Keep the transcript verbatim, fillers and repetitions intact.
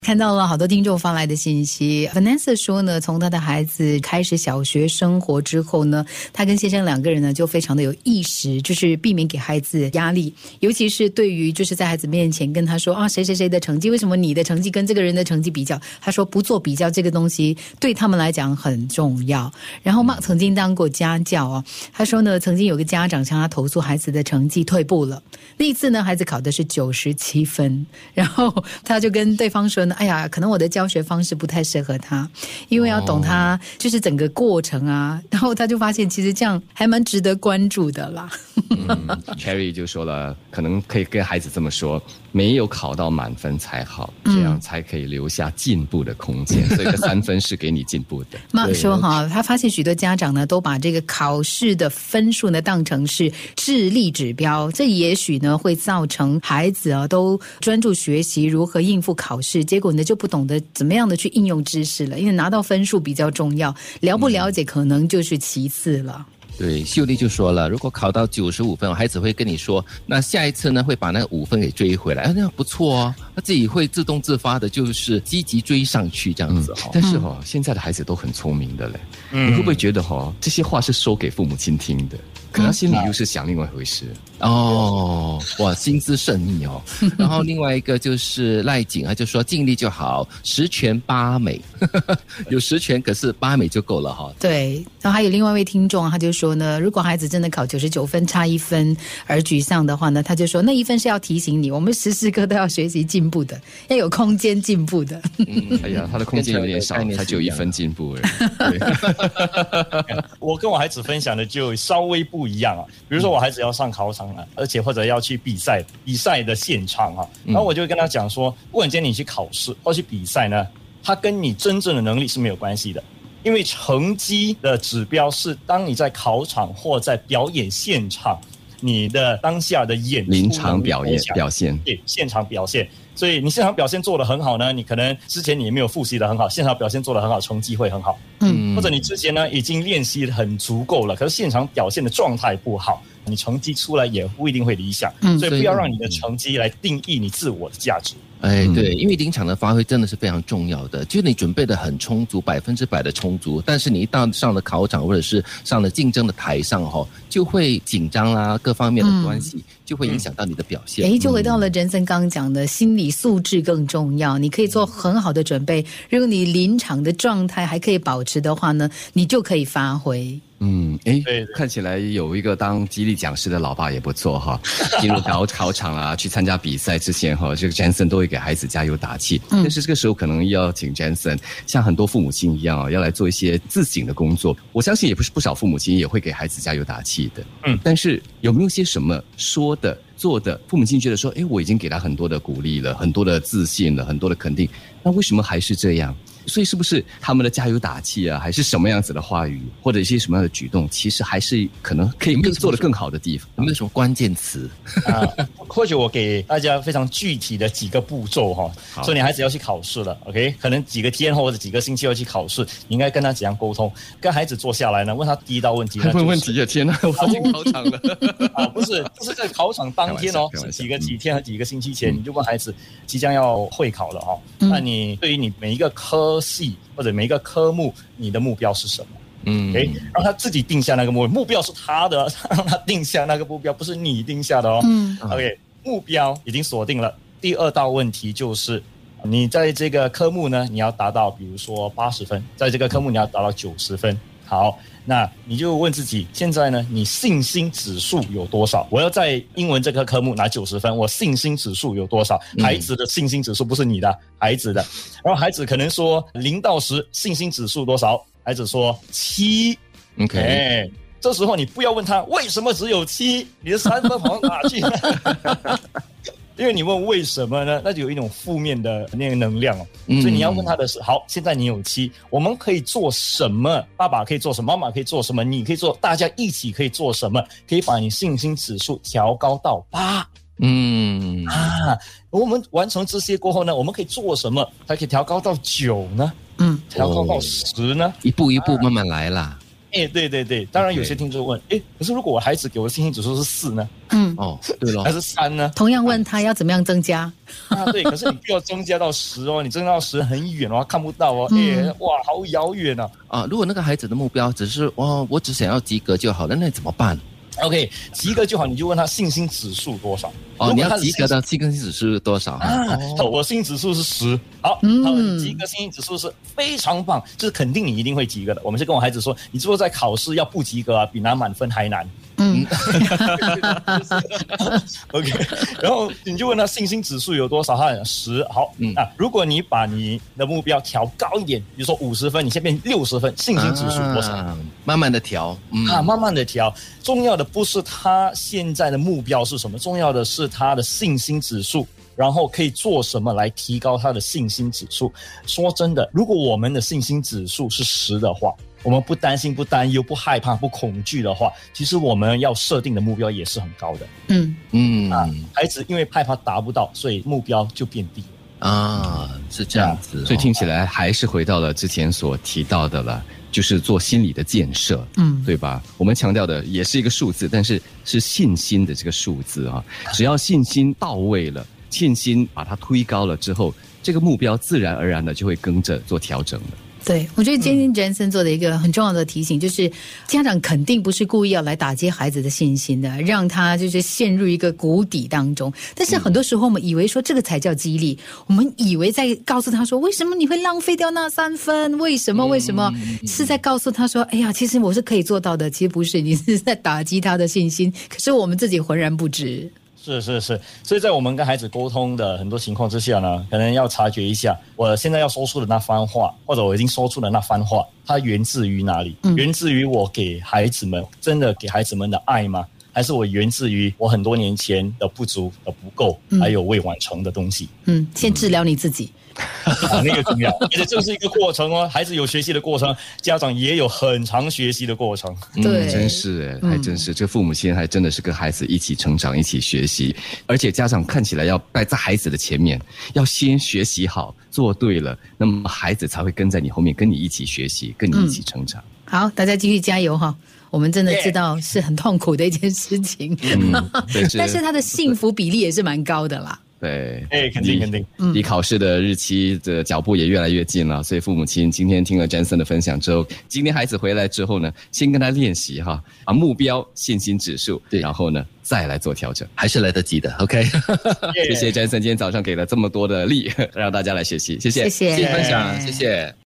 看到了好多听众发来的信息。 Vanessa 说呢，从她的孩子开始小学生活之后呢，她跟先生两个人呢就非常的有意识，就是避免给孩子压力，尤其是对于就是在孩子面前跟他说啊谁谁谁的成绩，为什么你的成绩跟这个人的成绩比较，他说不做比较这个东西对他们来讲很重要。然后 Mark 曾经当过家教哦，他说呢曾经有个家长向他投诉孩子的成绩退步了，那一次呢孩子考的是九十七分，然后他就跟对方说呢，哎呀可能我的教学方式不太适合他，因为要懂他就是整个过程啊，然后他就发现其实这样还蛮值得关注的啦。 嗯、Cherry 就说了，可能可以跟孩子这么说，没有考到满分才好，这样才可以留下进步的空间、嗯、所以这三分是给你进步的。 Mark 说哈，他发现许多家长呢都把这个考试的分数呢当成是智力指标，这也许呢会造成孩子啊都专注学习如何应付考试，结果呢就不懂得怎么样的去应用知识了，因为拿到分数比较重要，了不了解可能就是其次了。 嗯，对，秀丽就说了，如果考到九十五分，孩子会跟你说，那下一次呢会把那个五分给追回来，哎，那样不错哦，他自己会自动自发的，就是积极追上去这样子哈、哦嗯。但是哈、哦，现在的孩子都很聪明的嘞，嗯、你会不会觉得哈、哦，这些话是说给父母亲听的？可能他心里又是想另外一回事、 嗯、哦，哇，心思甚密哦。然后另外一个就是赖景，他就说尽力就好，十全八美，有十全，可是八美就够了哈。 对，然后还有另外一位听众，他就说呢，如果孩子真的考九十九分，差一分而沮丧的话呢，他就说那一分是要提醒你，我们时时刻都要学习进步的，要有空间进步的。 嗯，哎呀，他的空间有点少，才只有一分进步而已。 我跟我孩子分享的就稍微不一样啊，比如说我孩子要上考场啊，而且或者要去比赛，比赛的现场啊，然后我就会跟他讲说，不管今天你去考试或去比赛呢，它跟你真正的能力是没有关系的。因为成绩的指标是当你在考场或在表演现场，你的当下的演出临场表演表现， 对，现场表现。所以你现场表现做得很好呢，你可能之前你也没有复习得很好，现场表现做得很好，成绩会很好。嗯，或者你之前呢已经练习很足够了，可是现场表现的状态不好，你成绩出来也不一定会理想。嗯，所以不要让你的成绩来定义你自我的价值。 哎，对，因为临场的发挥真的是非常重要的，就是你准备的很充足，百分之百的充足，但是你一到上了考场或者是上了竞争的台上哈、哦，就会紧张啦，各方面的关系、嗯、就会影响到你的表现。 哎，就回到了Jensen刚刚讲的，心理素质更重要。你可以做很好的准备，如果你临场的状态还可以保持的话呢，你就可以发挥。 嗯，诶，看起来有一个当激励讲师的老爸也不错哈。进入考考场啊，去参加比赛之前哈，这个 Jensen 都会给孩子加油打气。嗯，但是这个时候可能要请 Jensen 像很多父母亲一样啊，要来做一些自省的工作。我相信也不是不少父母亲也会给孩子加油打气的。嗯，但是有没有些什么说的做的，父母亲觉得说，诶，我已经给他很多的鼓励了，很多的自信了，很多的肯定，那为什么还是这样？所以是不是他们的加油打气啊，还是什么样子的话语，或者一些什么样的举动，其实还是可能可以做得更好的地方？ 有没有什么关键词啊？或许我给大家非常具体的几个步骤哈。所以你孩子要去考试了 ，OK？ 可能几个天后或者几个星期要去考试，你应该跟他怎样沟通？跟孩子坐下来呢，问他第一道问题呢、就是， 问问题啊！天哪，我进考场了啊！不是，就是在考场当天哦，是几个几天和几个星期前，嗯、你就问孩子即将要会考了哈、嗯。那你对于你每一个科系或者每一个科目，你的目标是什么？嗯 ，OK， 让他自己定下那个目标，目标是他的，让他定下那个目标，不是你定下的哦。嗯 ，OK， 目标已经锁定了。第二道问题就是，你在这个科目呢，你要达到，比如说八十分，在这个科目你要达到九十分。好，那你就问自己，现在呢，你信心指数有多少？我要在英文这个科目拿九十分，我信心指数有多少？孩子的信心指数不是你的，孩子的。然后孩子可能说零到十，信心指数多少？孩子说七。 OK，、 欸、这时候你不要问他为什么只有七，你的三分跑到哪去？因为你问为什么呢，那就有一种负面的那个能量哦。所以你要问他的是，好，现在你有七，我们可以做什么？爸爸可以做什么？妈妈可以做什么？你可以做，大家一起可以做什么？可以把你信心指数调高到八。嗯啊，我们完成这些过后呢，我们可以做什么才可以调高到九呢？嗯，调高到十呢？ 一步一步慢慢来啦。 哎，对对对，当然有些听众问，哎，可是如果我孩子给我的信心指数是四呢？ 嗯， 哦，对了， 还是三呢？ 同样问他要怎么样增加啊？对，可是你不要增加到十哦，你增加到十很远哦，看不到哦，哎、 嗯， 哇，好遥远啊！ 啊，如果那个孩子的目标只是哇，我只想要及格就好了，那怎么办？ OK， 及格就好，你就问他信心指数多少。 哦，你要及格的信心指数是多少？ 啊， 哦、 我信心指数是十。好， 嗯， 好，你及格信心指数是非常棒，就是肯定你一定会及格的。我们是跟我孩子说，你如果在考试要不及格啊，比拿满分还难。 嗯 ，OK， 然后你就问他信心指数有多少，他讲十。好，嗯啊，如果你把你的目标调高一点，比如说五十分，你先变六十分，信心指数多少？ 啊、慢慢的调， 嗯、啊，慢慢的调。重要的不是他现在的目标是什么，重要的是他的信心指数。然后可以做什么来提高他的信心指数？说真的，如果我们的信心指数是十的话，我们不担心、不担忧、不害怕、不恐惧的话，其实我们要设定的目标也是很高的。 嗯嗯啊，孩子因为害怕达不到，所以目标就变低了。 啊，是这样子、哦， 所以听起来还是回到了之前所提到的了，就是做心理的建设， 嗯， 对吧？我们强调的也是一个数字，但是是信心的这个数字啊，只要信心到位了。信心把它推高了之后，这个目标自然而然的就会跟着做调整了。 对，我觉得今天 Jensen 做的一个很重要的提醒，就是家长肯定不是故意要来打击孩子的信心的，让他就是陷入一个谷底当中。但是很多时候我们以为说这个才叫激励，我们以为在告诉他说为什么你会浪费掉那三分，为什么为什么是在告诉他说哎呀其实我是可以做到的，其实不是，你是在打击他的信心，可是我们自己浑然不知。 是是是，所以在我们跟孩子沟通的很多情况之下呢，可能要察觉一下，我现在要说出的那番话，或者我已经说出的那番话，它源自于哪里？嗯、源自于我给孩子们真的给孩子们的爱吗？还是我源自于我很多年前的不足、的不够，嗯、还有未完成的东西？ 嗯，先治疗你自己。 啊，那个重要，而且这是一个过程哦。孩子有学习的过程，家长也有很长学习的过程。 对， 嗯、真是哎，还真是，嗯、这父母亲还真的是跟孩子一起成长，一起学习。而且家长看起来要摆在孩子的前面，要先学习好，做对了，那么孩子才会跟在你后面，跟你一起学习，跟你一起成长。 嗯、好，大家继续加油哈！我们真的知道是很痛苦的一件事情， 嗯、 但是他的幸福比例也是蛮高的啦。 对， 哎，肯定肯定， 离考试的日期的脚步也越来越近了，所以父母亲今天听了 Jensen 的分享之后，今天孩子回来之后呢，先跟他练习哈，把目标、信心指数，对，然后呢再来做调整， 还是来得及的。OK， 谢谢 Jensen 今天早上给了这么多的力，让大家来学习，谢谢， 谢谢， 谢谢分享，谢谢。